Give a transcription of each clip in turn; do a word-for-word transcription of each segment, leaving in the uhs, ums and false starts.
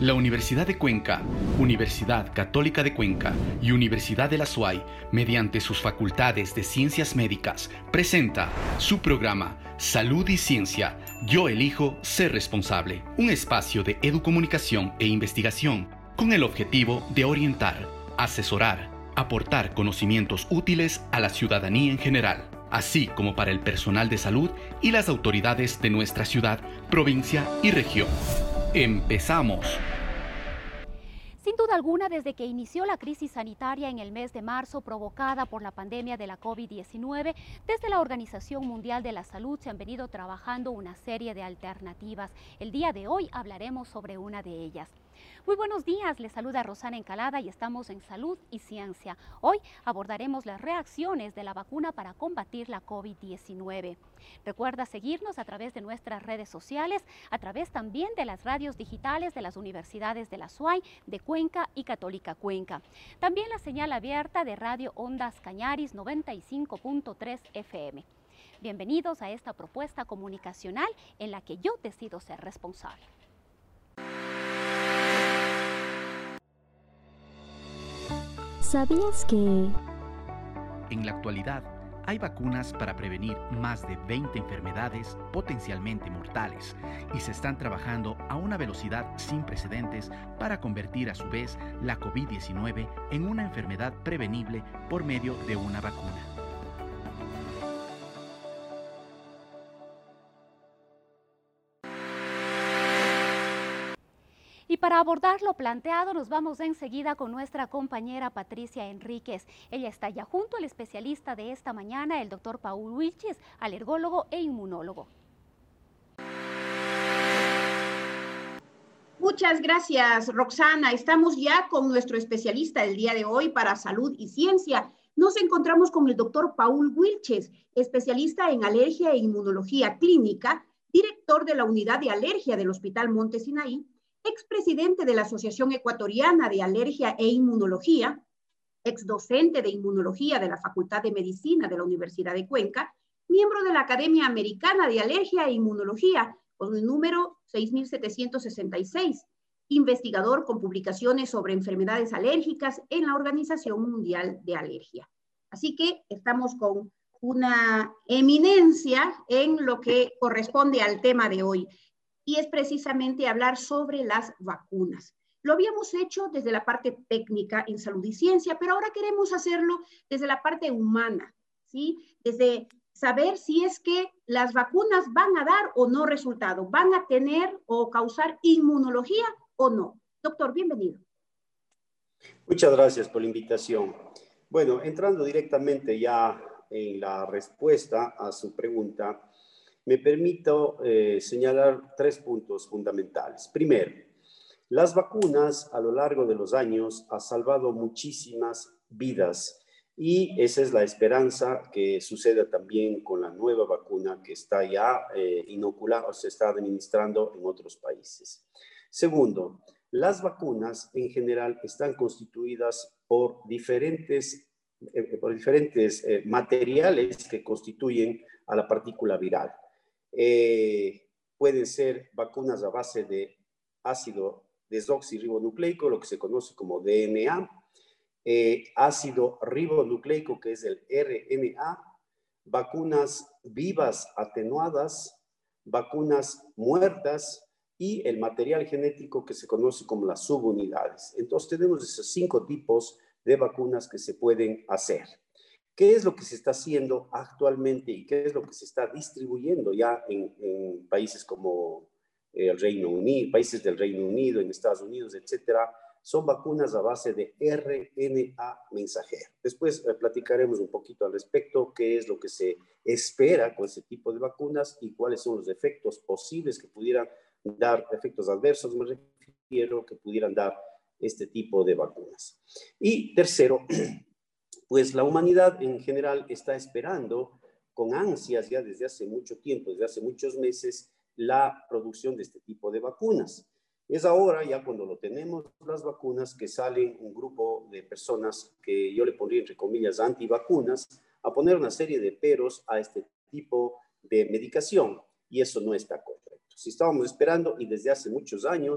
La Universidad de Cuenca, Universidad Católica de Cuenca y Universidad de la S U A Y, mediante sus facultades de Ciencias Médicas, presenta su programa Salud y Ciencia, Yo elijo ser responsable, un espacio de educomunicación e investigación con el objetivo de orientar, asesorar, aportar conocimientos útiles a la ciudadanía en general, así como para el personal de salud y las autoridades de nuestra ciudad, provincia y región. ¡Empezamos! Sin duda alguna, desde que inició la crisis sanitaria en el mes de marzo provocada por la pandemia de la COVID diecinueve, desde la Organización Mundial de la Salud se han venido trabajando una serie de alternativas. El día de hoy hablaremos sobre una de ellas. Muy buenos días, les saluda Rosana Encalada y estamos en Salud y Ciencia. Hoy abordaremos las reacciones de la vacuna para combatir la COVID diecinueve. Recuerda seguirnos a través de nuestras redes sociales, a través también de las radios digitales de las universidades de la S U A Y, de Cuenca y Católica Cuenca. También la señal abierta de Radio Ondas Cañaris noventa y cinco punto tres F M. Bienvenidos a esta propuesta comunicacional en la que yo decido ser responsable. ¿Sabías que en la actualidad hay vacunas para prevenir más de veinte enfermedades potencialmente mortales y se están trabajando a una velocidad sin precedentes para convertir a su vez la COVID diecinueve en una enfermedad prevenible por medio de una vacuna? Y para abordar lo planteado nos vamos enseguida con nuestra compañera Patricia Enríquez. Ella está ya junto al especialista de esta mañana, el doctor Paul Wilches, alergólogo e inmunólogo. Muchas gracias, Roxana. Estamos ya con nuestro especialista del día de hoy para Salud y Ciencia. Nos encontramos con el doctor Paul Wilches, especialista en alergia e inmunología clínica, director de la unidad de alergia del Hospital Monte Sinaí, expresidente de la Asociación Ecuatoriana de Alergia e Inmunología, exdocente de Inmunología de la Facultad de Medicina de la Universidad de Cuenca, miembro de la Academia Americana de Alergia e Inmunología, con el número seis mil setecientos sesenta y seis, investigador con publicaciones sobre enfermedades alérgicas en la Organización Mundial de Alergia. Así que estamos con una eminencia en lo que corresponde al tema de hoy, y es precisamente hablar sobre las vacunas. Lo habíamos hecho desde la parte técnica en Salud y Ciencia, pero ahora queremos hacerlo desde la parte humana, ¿sí? Desde saber si es que las vacunas van a dar o no resultado, van a tener o causar inmunología o no. Doctor, bienvenido. Muchas gracias por la invitación. Bueno, entrando directamente ya en la respuesta a su pregunta, me permito eh, señalar tres puntos fundamentales. Primero, las vacunas a lo largo de los años han salvado muchísimas vidas y esa es la esperanza que suceda también con la nueva vacuna que está ya eh, inoculada o se está administrando en otros países. Segundo, las vacunas en general están constituidas por diferentes, eh, por diferentes eh, materiales que constituyen a la partícula viral. Eh, pueden ser vacunas a base de ácido desoxirribonucleico, lo que se conoce como D N A, eh, ácido ribonucleico, que es el R N A, vacunas vivas atenuadas, vacunas muertas y el material genético que se conoce como las subunidades. Entonces tenemos esos cinco tipos de vacunas que se pueden hacer. ¿Qué es lo que se está haciendo actualmente y qué es lo que se está distribuyendo ya en, en países como el Reino Unido, países del Reino Unido, en Estados Unidos, etcétera? Son vacunas a base de R N A mensajero. Después eh, platicaremos un poquito al respecto, qué es lo que se espera con ese tipo de vacunas y cuáles son los efectos posibles que pudieran dar, efectos adversos, me refiero, que pudieran dar este tipo de vacunas. Y tercero, pues la humanidad en general está esperando con ansias ya desde hace mucho tiempo, desde hace muchos meses, la producción de este tipo de vacunas. Es ahora, ya cuando lo tenemos, las vacunas, que salen un grupo de personas que yo le pondría entre comillas antivacunas, a poner una serie de peros a este tipo de medicación, y eso no está correcto. Si estábamos esperando, y desde hace muchos años,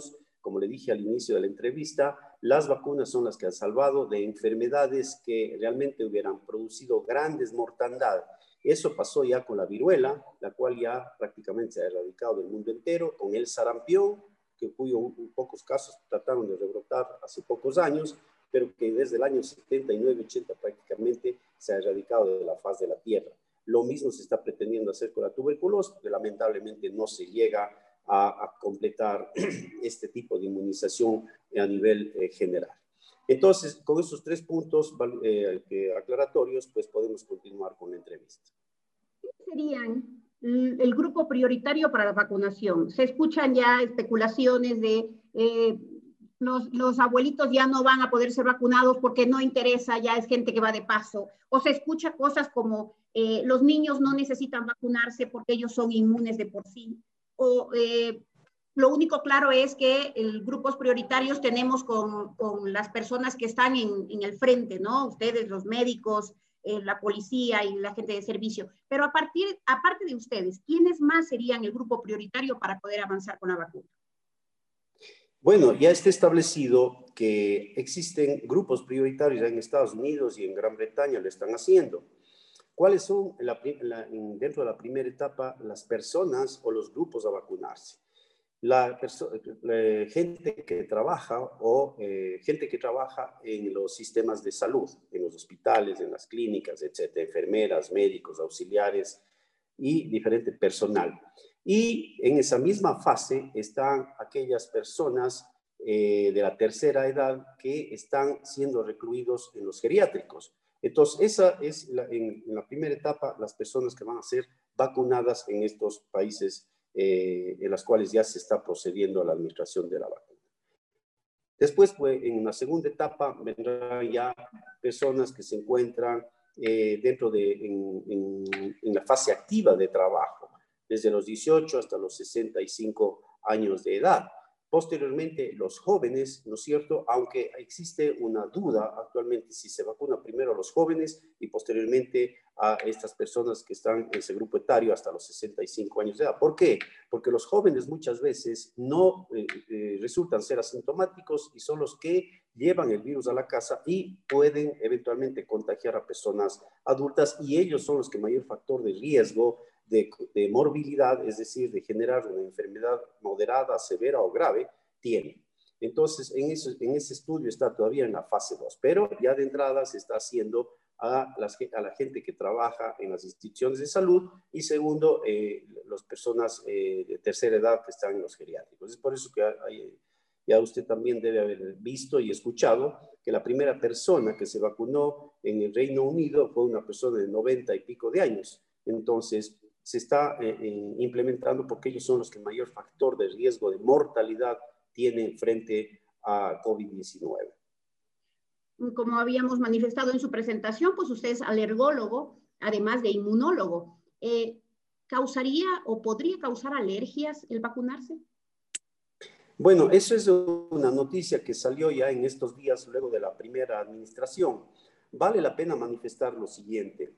como le dije al inicio de la entrevista, las vacunas son las que han salvado de enfermedades que realmente hubieran producido grandes mortandad. Eso pasó ya con la viruela, la cual ya prácticamente se ha erradicado del mundo entero, con el sarampión, que cuyo un, pocos casos trataron de rebrotar hace pocos años, pero que desde el año setenta y nueve ochenta prácticamente se ha erradicado de la faz de la tierra. Lo mismo se está pretendiendo hacer con la tuberculosis, que lamentablemente no se llega a, a completar este tipo de inmunización a nivel eh, general. Entonces, con esos tres puntos eh, eh, aclaratorios, pues podemos continuar con la entrevista. ¿Qué serían el grupo prioritario para la vacunación? Se escuchan ya especulaciones de eh, los, los abuelitos ya no van a poder ser vacunados porque no interesa, ya es gente que va de paso, o se escucha cosas como eh, los niños no necesitan vacunarse porque ellos son inmunes de por sí, o eh, lo único claro es que el grupos prioritarios tenemos con, con las personas que están en, en el frente, ¿no? Ustedes, los médicos, eh, la policía y la gente de servicio. Pero a partir, aparte de ustedes, ¿quiénes más serían el grupo prioritario para poder avanzar con la vacuna? Bueno, ya está establecido que existen grupos prioritarios en Estados Unidos y en Gran Bretaña lo están haciendo. ¿Cuáles son la, la, dentro de la primera etapa las personas o los grupos a vacunarse? La, la gente que trabaja o eh, gente que trabaja en los sistemas de salud, en los hospitales, en las clínicas, etcétera, enfermeras, médicos, auxiliares y diferente personal. Y en esa misma fase están aquellas personas eh, de la tercera edad que están siendo recluidos en los geriátricos. Entonces, esa es la, en, en la primera etapa las personas que van a ser vacunadas en estos países eh, en las cuales ya se está procediendo a la administración de la vacuna. Después, pues, en una segunda etapa vendrán ya personas que se encuentran eh, dentro de en, en, en la fase activa de trabajo, desde los dieciocho hasta los sesenta y cinco años de edad. Posteriormente, los jóvenes, ¿no es cierto? Aunque existe una duda actualmente si se vacuna primero a los jóvenes y posteriormente a estas personas que están en ese grupo etario hasta los sesenta y cinco años de edad. ¿Por qué? Porque los jóvenes muchas veces no eh, eh, resultan ser asintomáticos y son los que llevan el virus a la casa y pueden eventualmente contagiar a personas adultas, y ellos son los que mayor factor de riesgo De, de morbilidad, es decir, de generar una enfermedad moderada, severa o grave, tiene. Entonces, en, eso, en ese estudio está todavía en la fase dos, pero ya de entrada se está haciendo a, las, a la gente que trabaja en las instituciones de salud y segundo, eh, las personas eh, de tercera edad que están en los geriátricos. Es por eso que hay, ya usted también debe haber visto y escuchado que la primera persona que se vacunó en el Reino Unido fue una persona de noventa y pico de años. Entonces, se está eh, eh, implementando porque ellos son los que mayor factor de riesgo de mortalidad tienen frente a COVID diecinueve. Como habíamos manifestado en su presentación, pues usted es alergólogo, además de inmunólogo. Eh, ¿Causaría o podría causar alergias el vacunarse? Bueno, eso es una noticia que salió ya en estos días luego de la primera administración. Vale la pena manifestar lo siguiente.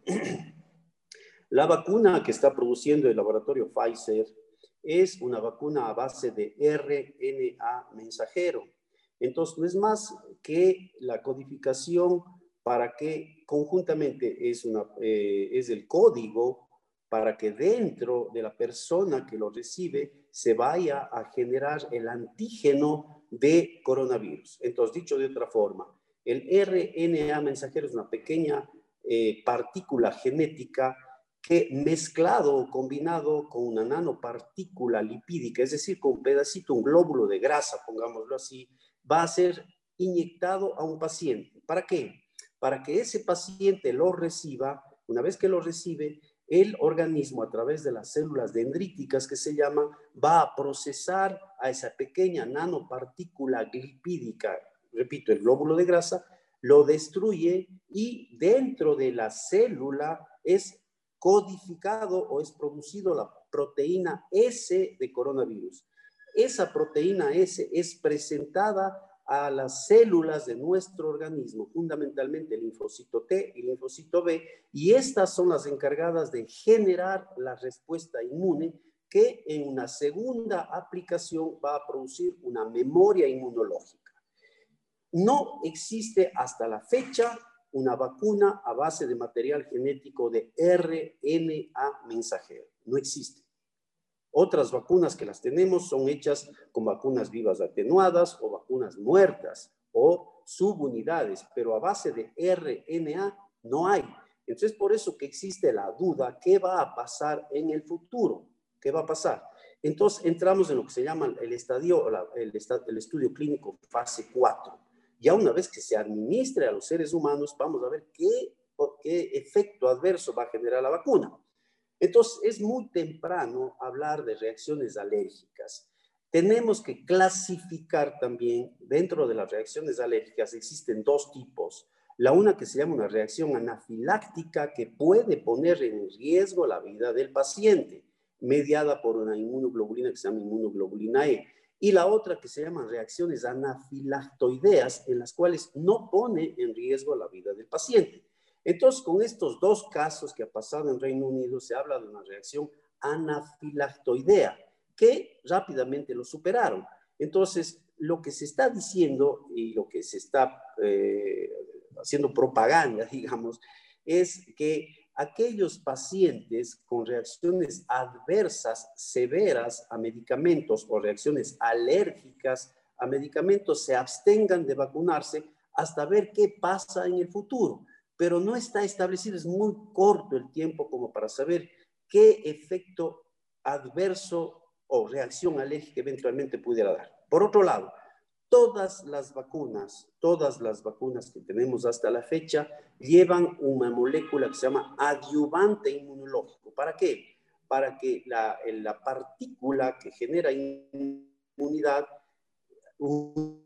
La vacuna que está produciendo el laboratorio Pfizer es una vacuna a base de R N A mensajero. Entonces, no es más que la codificación para que conjuntamente es, una, eh, es el código para que dentro de la persona que lo recibe se vaya a generar el antígeno de coronavirus. Entonces, dicho de otra forma, el R N A mensajero es una pequeña eh, partícula genética que mezclado o combinado con una nanopartícula lipídica, es decir, con un pedacito, un glóbulo de grasa, pongámoslo así, va a ser inyectado a un paciente. ¿Para qué? Para que ese paciente lo reciba. Una vez que lo recibe, el organismo, a través de las células dendríticas que se llaman, va a procesar a esa pequeña nanopartícula lipídica, repito, el glóbulo de grasa, lo destruye y dentro de la célula es codificado o es producido la proteína S de coronavirus. Esa proteína S es presentada a las células de nuestro organismo, fundamentalmente el linfocito T y el linfocito B, y estas son las encargadas de generar la respuesta inmune que en una segunda aplicación va a producir una memoria inmunológica. No existe hasta la fecha una vacuna a base de material genético de R N A mensajero. No existe. Otras vacunas que las tenemos son hechas con vacunas vivas atenuadas o vacunas muertas o subunidades, pero a base de R N A no hay. Entonces, por eso que existe la duda, ¿qué va a pasar en el futuro? ¿Qué va a pasar? Entonces, entramos en lo que se llama el, estadio, el, el estudio clínico fase cuatro. Ya una vez que se administre a los seres humanos, vamos a ver qué, qué efecto adverso va a generar la vacuna. Entonces, es muy temprano hablar de reacciones alérgicas. Tenemos que clasificar también, dentro de las reacciones alérgicas existen dos tipos. La una que se llama una reacción anafiláctica que puede poner en riesgo la vida del paciente, mediada por una inmunoglobulina que se llama inmunoglobulina E. Y la otra que se llaman reacciones anafilactoideas, en las cuales no pone en riesgo la vida del paciente. Entonces, con estos dos casos que ha pasado en Reino Unido, se habla de una reacción anafilactoidea, que rápidamente lo superaron. Entonces, lo que se está diciendo y lo que se está eh, haciendo propaganda, digamos, es que aquellos pacientes con reacciones adversas severas a medicamentos o reacciones alérgicas a medicamentos se abstengan de vacunarse hasta ver qué pasa en el futuro. Pero no está establecido, es muy corto el tiempo como para saber qué efecto adverso o reacción alérgica eventualmente pudiera dar. Por otro lado, todas las vacunas, todas las vacunas que tenemos hasta la fecha llevan una molécula que se llama adyuvante inmunológico. ¿Para qué? Para que la, la partícula que genera inmunidad, un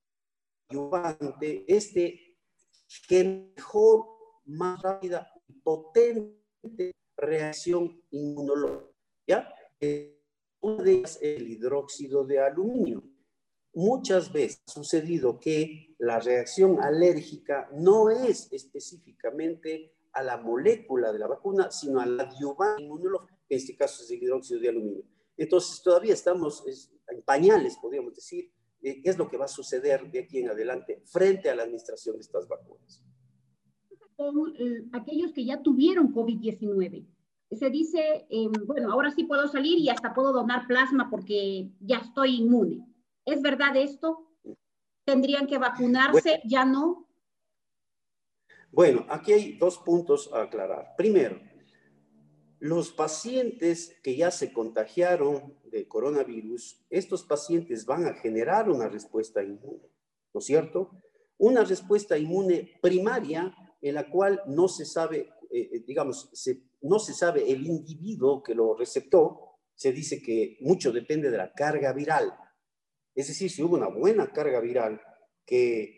adyuvante, este que mejor, más rápida y potente reacción inmunológica. ¿Ya? Eh, una de ellas es el hidróxido de aluminio. Muchas veces ha sucedido que la reacción alérgica no es específicamente a la molécula de la vacuna, sino al adyuvante inmunológico, que en este caso es el hidróxido de aluminio. Entonces, todavía estamos en pañales, podríamos decir, qué es lo que va a suceder de aquí en adelante frente a la administración de estas vacunas. Con eh, aquellos que ya tuvieron COVID diecinueve, se dice, eh, bueno, ahora sí puedo salir y hasta puedo donar plasma porque ya estoy inmune. ¿Es verdad esto? ¿Tendrían que vacunarse? Bueno, ¿Ya no? Bueno, aquí hay dos puntos a aclarar. Primero, los pacientes que ya se contagiaron de coronavirus, estos pacientes van a generar una respuesta inmune, ¿no es cierto? Una respuesta inmune primaria en la cual no se sabe, eh, digamos, se, no se sabe el individuo que lo receptó. Se dice que mucho depende de la carga viral. Es decir, si hubo una buena carga viral que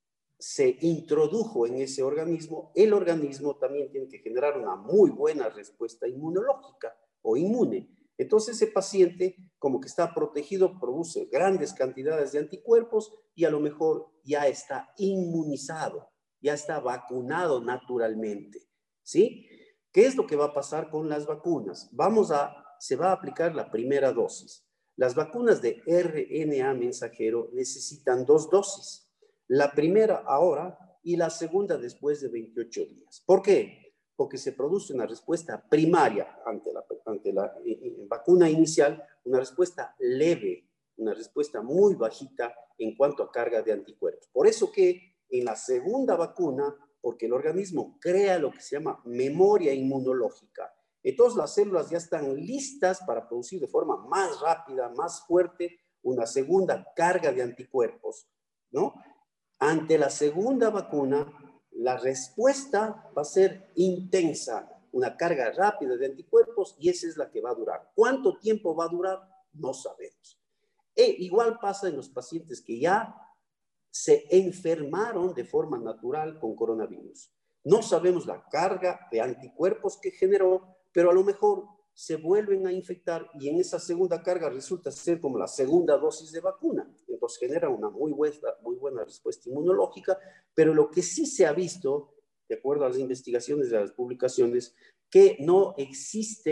se introdujo en ese organismo, el organismo también tiene que generar una muy buena respuesta inmunológica o inmune. Entonces ese paciente, como que está protegido, produce grandes cantidades de anticuerpos y a lo mejor ya está inmunizado, ya está vacunado naturalmente, ¿sí? ¿Qué es lo que va a pasar con las vacunas? Vamos a, se va a aplicar la primera dosis. Las vacunas de R N A mensajero necesitan dos dosis. La primera ahora y la segunda después de veintiocho días. ¿Por qué? Porque se produce una respuesta primaria ante la, ante la eh, vacuna inicial, una respuesta leve, una respuesta muy bajita en cuanto a carga de anticuerpos. Por eso que en la segunda vacuna, porque el organismo crea lo que se llama memoria inmunológica, entonces las células ya están listas para producir de forma más rápida, más fuerte, una segunda carga de anticuerpos, ¿no? Ante la segunda vacuna, la respuesta va a ser intensa, una carga rápida de anticuerpos y esa es la que va a durar. ¿Cuánto tiempo va a durar? No sabemos. E igual pasa en los pacientes que ya se enfermaron de forma natural con coronavirus. No sabemos la carga de anticuerpos que generó, pero a lo mejor se vuelven a infectar y en esa segunda carga resulta ser como la segunda dosis de vacuna. Entonces genera una muy buena, muy buena respuesta inmunológica, pero lo que sí se ha visto, de acuerdo a las investigaciones de las publicaciones, que no existen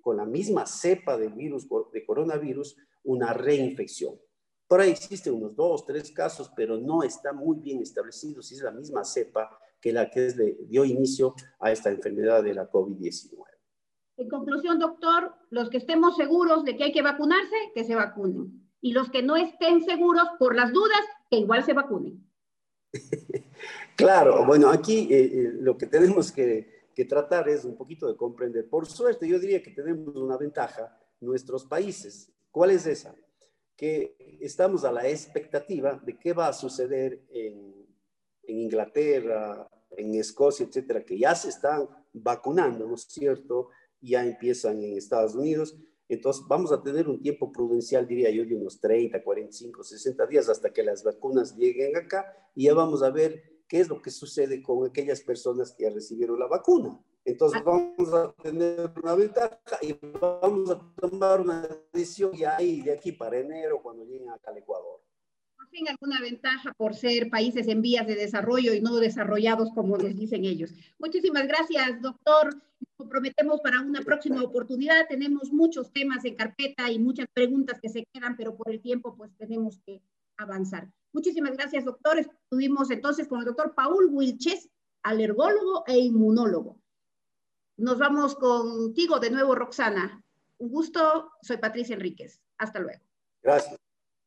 con la misma cepa del virus, de coronavirus, una reinfección. Por ahí existen unos dos, tres casos, pero no está muy bien establecido si es la misma cepa que la que le dio inicio a esta enfermedad de la COVID diecinueve. En conclusión, doctor, los que estemos seguros de que hay que vacunarse, que se vacunen. Y los que no estén seguros, por las dudas, que igual se vacunen. Claro, bueno, aquí eh, eh, lo que tenemos que, que tratar es un poquito de comprender. Por suerte, yo diría que tenemos una ventaja nuestros países. ¿Cuál es esa? Que estamos a la expectativa de qué va a suceder en, en Inglaterra, en Escocia, etcétera, que ya se están vacunando, ¿no es cierto? Ya empiezan en Estados Unidos. Entonces, vamos a tener un tiempo prudencial, diría yo, de unos treinta, cuarenta y cinco, sesenta días hasta que las vacunas lleguen acá y ya vamos a ver qué es lo que sucede con aquellas personas que ya recibieron la vacuna. Entonces, vamos a tener una ventaja y vamos a tomar una decisión ya ahí, de aquí para enero, cuando lleguen acá al Ecuador. ¿No tienen alguna ventaja por ser países en vías de desarrollo y no desarrollados como les dicen ellos? Muchísimas gracias, doctor. Nos comprometemos para una próxima oportunidad. Tenemos muchos temas en carpeta y muchas preguntas que se quedan, pero por el tiempo pues tenemos que avanzar. Muchísimas gracias, doctor. Estuvimos entonces con el doctor Paul Wilches, alergólogo e inmunólogo. Nos vamos contigo de nuevo, Roxana. Un gusto. Soy Patricia Enríquez. Hasta luego. Gracias.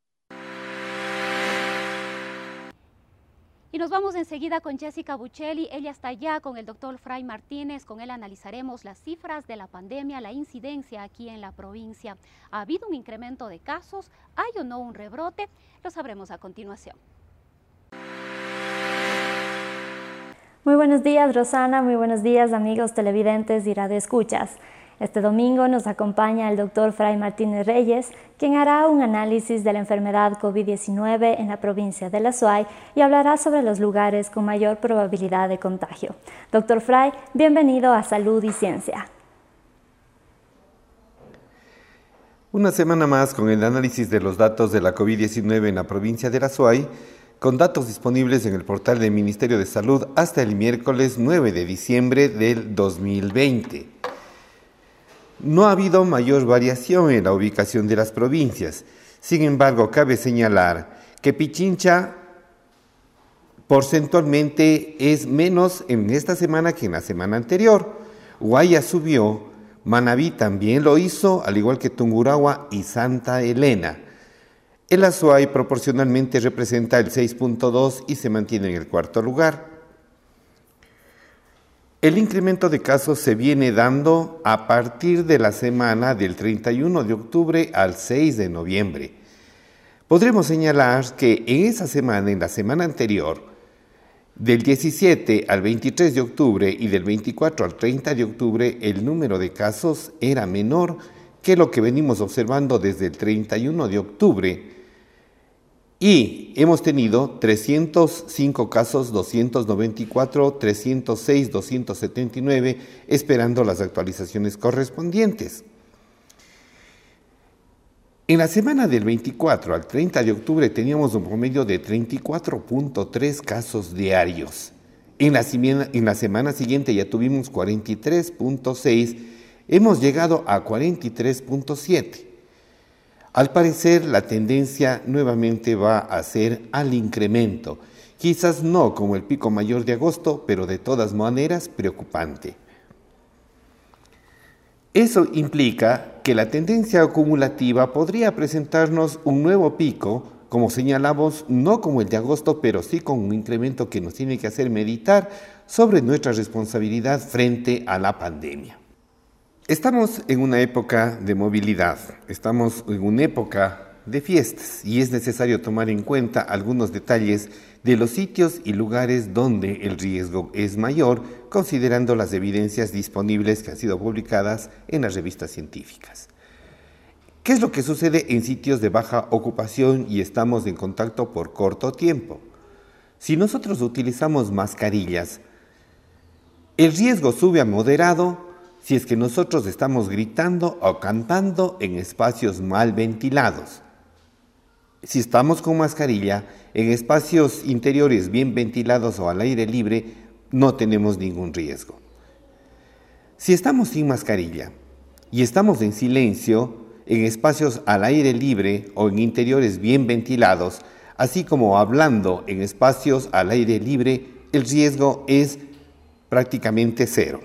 Y nos vamos enseguida con Jessica Buccelli. Ella está allá con el doctor Fray Martínez. Con él analizaremos las cifras de la pandemia, la incidencia aquí en la provincia. ¿Ha habido un incremento de casos? ¿Hay o no un rebrote? Lo sabremos a continuación. Muy buenos días, Rosana. Muy buenos días, amigos televidentes y radioescuchas. Este domingo nos acompaña el doctor Fray Martínez Reyes, quien hará un análisis de la enfermedad COVID diecinueve en la provincia de La Suay y hablará sobre los lugares con mayor probabilidad de contagio. Doctor Fray, bienvenido a Salud y Ciencia. Una semana más con el análisis de los datos de la COVID diecinueve en la provincia de La Suay, con datos disponibles en el portal del Ministerio de Salud hasta el miércoles nueve de diciembre del dos mil veinte. No ha habido mayor variación en la ubicación de las provincias. Sin embargo, cabe señalar que Pichincha porcentualmente es menos en esta semana que en la semana anterior. Guaya subió, Manabí también lo hizo, al igual que Tungurahua y Santa Elena. El Azuay proporcionalmente representa el seis punto dos y se mantiene en el cuarto lugar. El incremento de casos se viene dando a partir de la semana del treinta y uno de octubre al seis de noviembre. Podremos señalar que en esa semana, en la semana anterior, del diecisiete al veintitrés de octubre y del veinticuatro al treinta de octubre, el número de casos era menor que lo que venimos observando desde el treinta y uno de octubre. Y hemos tenido trescientos cinco casos, doscientos noventa y cuatro, trescientos seis, doscientos setenta y nueve, esperando las actualizaciones correspondientes. En la semana del veinticuatro al treinta de octubre teníamos un promedio de treinta y cuatro punto tres casos diarios. En la, en la semana siguiente ya tuvimos cuarenta y tres punto seis, hemos llegado a cuarenta y tres punto siete. Al parecer, la tendencia nuevamente va a ser al incremento. Quizás no como el pico mayor de agosto, pero de todas maneras preocupante. Eso implica que la tendencia acumulativa podría presentarnos un nuevo pico, como señalamos, no como el de agosto, pero sí con un incremento que nos tiene que hacer meditar sobre nuestra responsabilidad frente a la pandemia. Estamos en una época de movilidad, estamos en una época de fiestas y es necesario tomar en cuenta algunos detalles de los sitios y lugares donde el riesgo es mayor, considerando las evidencias disponibles que han sido publicadas en las revistas científicas. ¿Qué es lo que sucede en sitios de baja ocupación y estamos en contacto por corto tiempo? Si nosotros utilizamos mascarillas, el riesgo sube a moderado si es que nosotros estamos gritando o cantando en espacios mal ventilados. Si estamos con mascarilla, en espacios interiores bien ventilados o al aire libre, no tenemos ningún riesgo. Si estamos sin mascarilla, y estamos en silencio, en espacios al aire libre o en interiores bien ventilados, así como hablando en espacios al aire libre, el riesgo es prácticamente cero.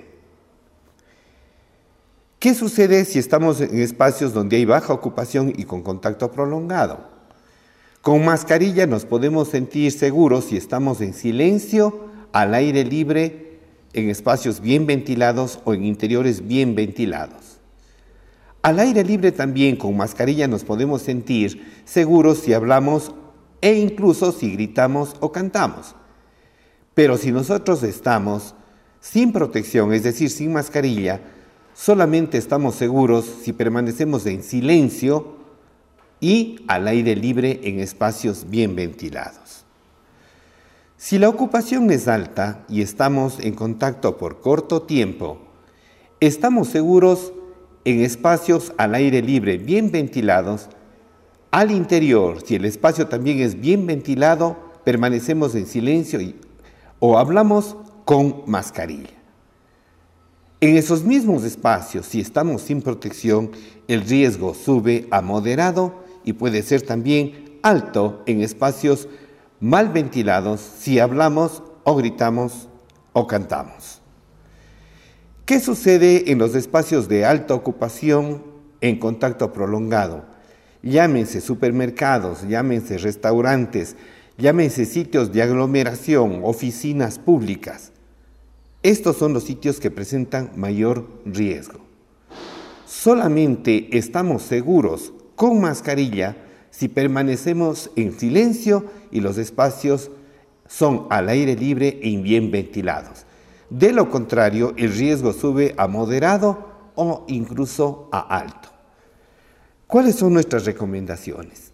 ¿Qué sucede si estamos en espacios donde hay baja ocupación y con contacto prolongado? Con mascarilla nos podemos sentir seguros si estamos en silencio, al aire libre, en espacios bien ventilados o en interiores bien ventilados. Al aire libre también con mascarilla nos podemos sentir seguros si hablamos e incluso si gritamos o cantamos. Pero si nosotros estamos sin protección, es decir, sin mascarilla, solamente estamos seguros si permanecemos en silencio y al aire libre en espacios bien ventilados. Si la ocupación es alta y estamos en contacto por corto tiempo, estamos seguros en espacios al aire libre bien ventilados. Al interior, si el espacio también es bien ventilado, permanecemos en silencio y, o hablamos con mascarilla. En esos mismos espacios, si estamos sin protección, el riesgo sube a moderado y puede ser también alto en espacios mal ventilados si hablamos o gritamos o cantamos. ¿Qué sucede en los espacios de alta ocupación en contacto prolongado? Llámense supermercados, llámense restaurantes, llámense sitios de aglomeración, oficinas públicas. Estos son los sitios que presentan mayor riesgo. Solamente estamos seguros con mascarilla si permanecemos en silencio y los espacios son al aire libre y bien ventilados. De lo contrario, el riesgo sube a moderado o incluso a alto. ¿Cuáles son nuestras recomendaciones?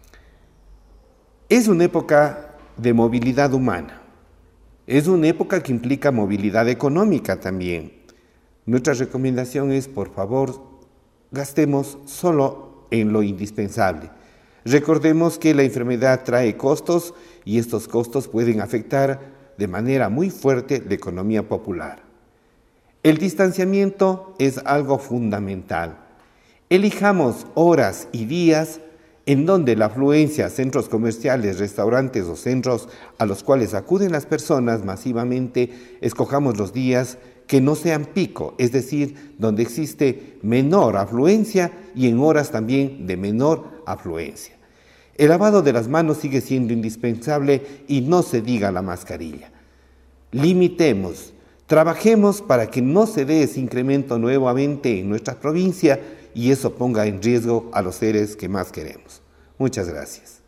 Es una época de movilidad humana. Es una época que implica movilidad económica también. Nuestra recomendación es, por favor, gastemos solo en lo indispensable. Recordemos que la enfermedad trae costos y estos costos pueden afectar de manera muy fuerte la economía popular. El distanciamiento es algo fundamental. Elijamos horas y días en donde la afluencia a centros comerciales, restaurantes o centros a los cuales acuden las personas masivamente, escojamos los días que no sean pico, es decir, donde existe menor afluencia y en horas también de menor afluencia. El lavado de las manos sigue siendo indispensable y no se diga la mascarilla. Limitemos, trabajemos para que no se dé ese incremento nuevamente en nuestra provincia y eso ponga en riesgo a los seres que más queremos. Muchas gracias.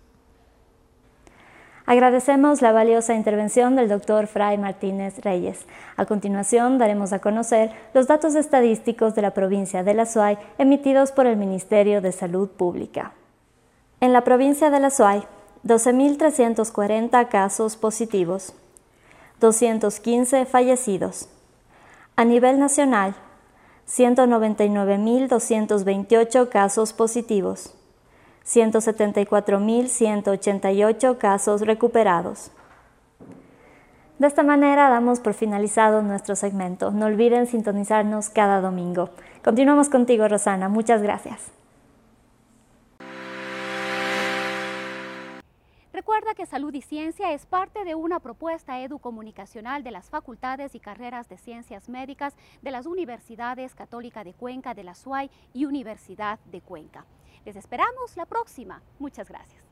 Agradecemos la valiosa intervención del doctor Fray Martínez Reyes. A continuación daremos a conocer los datos estadísticos de la provincia de La Suay emitidos por el Ministerio de Salud Pública. En la provincia de La Suay, doce mil trescientos cuarenta casos positivos, doscientos quince fallecidos. A nivel nacional, ciento noventa y nueve mil doscientos veintiocho casos positivos, ciento setenta y cuatro mil ciento ochenta y ocho casos recuperados. De esta manera damos por finalizado nuestro segmento. No olviden sintonizarnos cada domingo. Continuamos contigo, Rosana. Muchas gracias. Recuerda que Salud y Ciencia es parte de una propuesta educomunicacional de las facultades y carreras de ciencias médicas de las Universidades Católica de Cuenca, de la SUAY y Universidad de Cuenca. Les esperamos la próxima. Muchas gracias.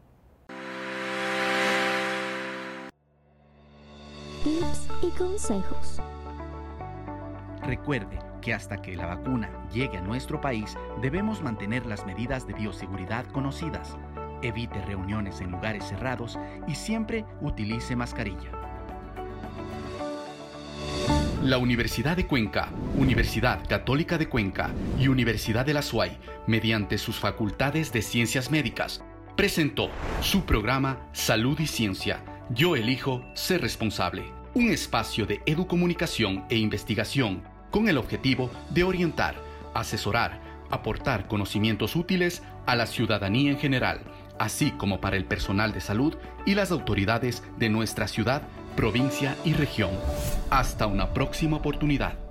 Tips y consejos. Recuerde que hasta que la vacuna llegue a nuestro país, debemos mantener las medidas de bioseguridad conocidas. Evite reuniones en lugares cerrados y siempre utilice mascarilla. La Universidad de Cuenca, Universidad Católica de Cuenca y Universidad de la SUAY, mediante sus facultades de Ciencias Médicas, presentó su programa Salud y Ciencia. Yo elijo ser responsable. Un espacio de educomunicación e investigación con el objetivo de orientar, asesorar, aportar conocimientos útiles a la ciudadanía en general, así como para el personal de salud y las autoridades de nuestra ciudad, provincia y región. Hasta una próxima oportunidad.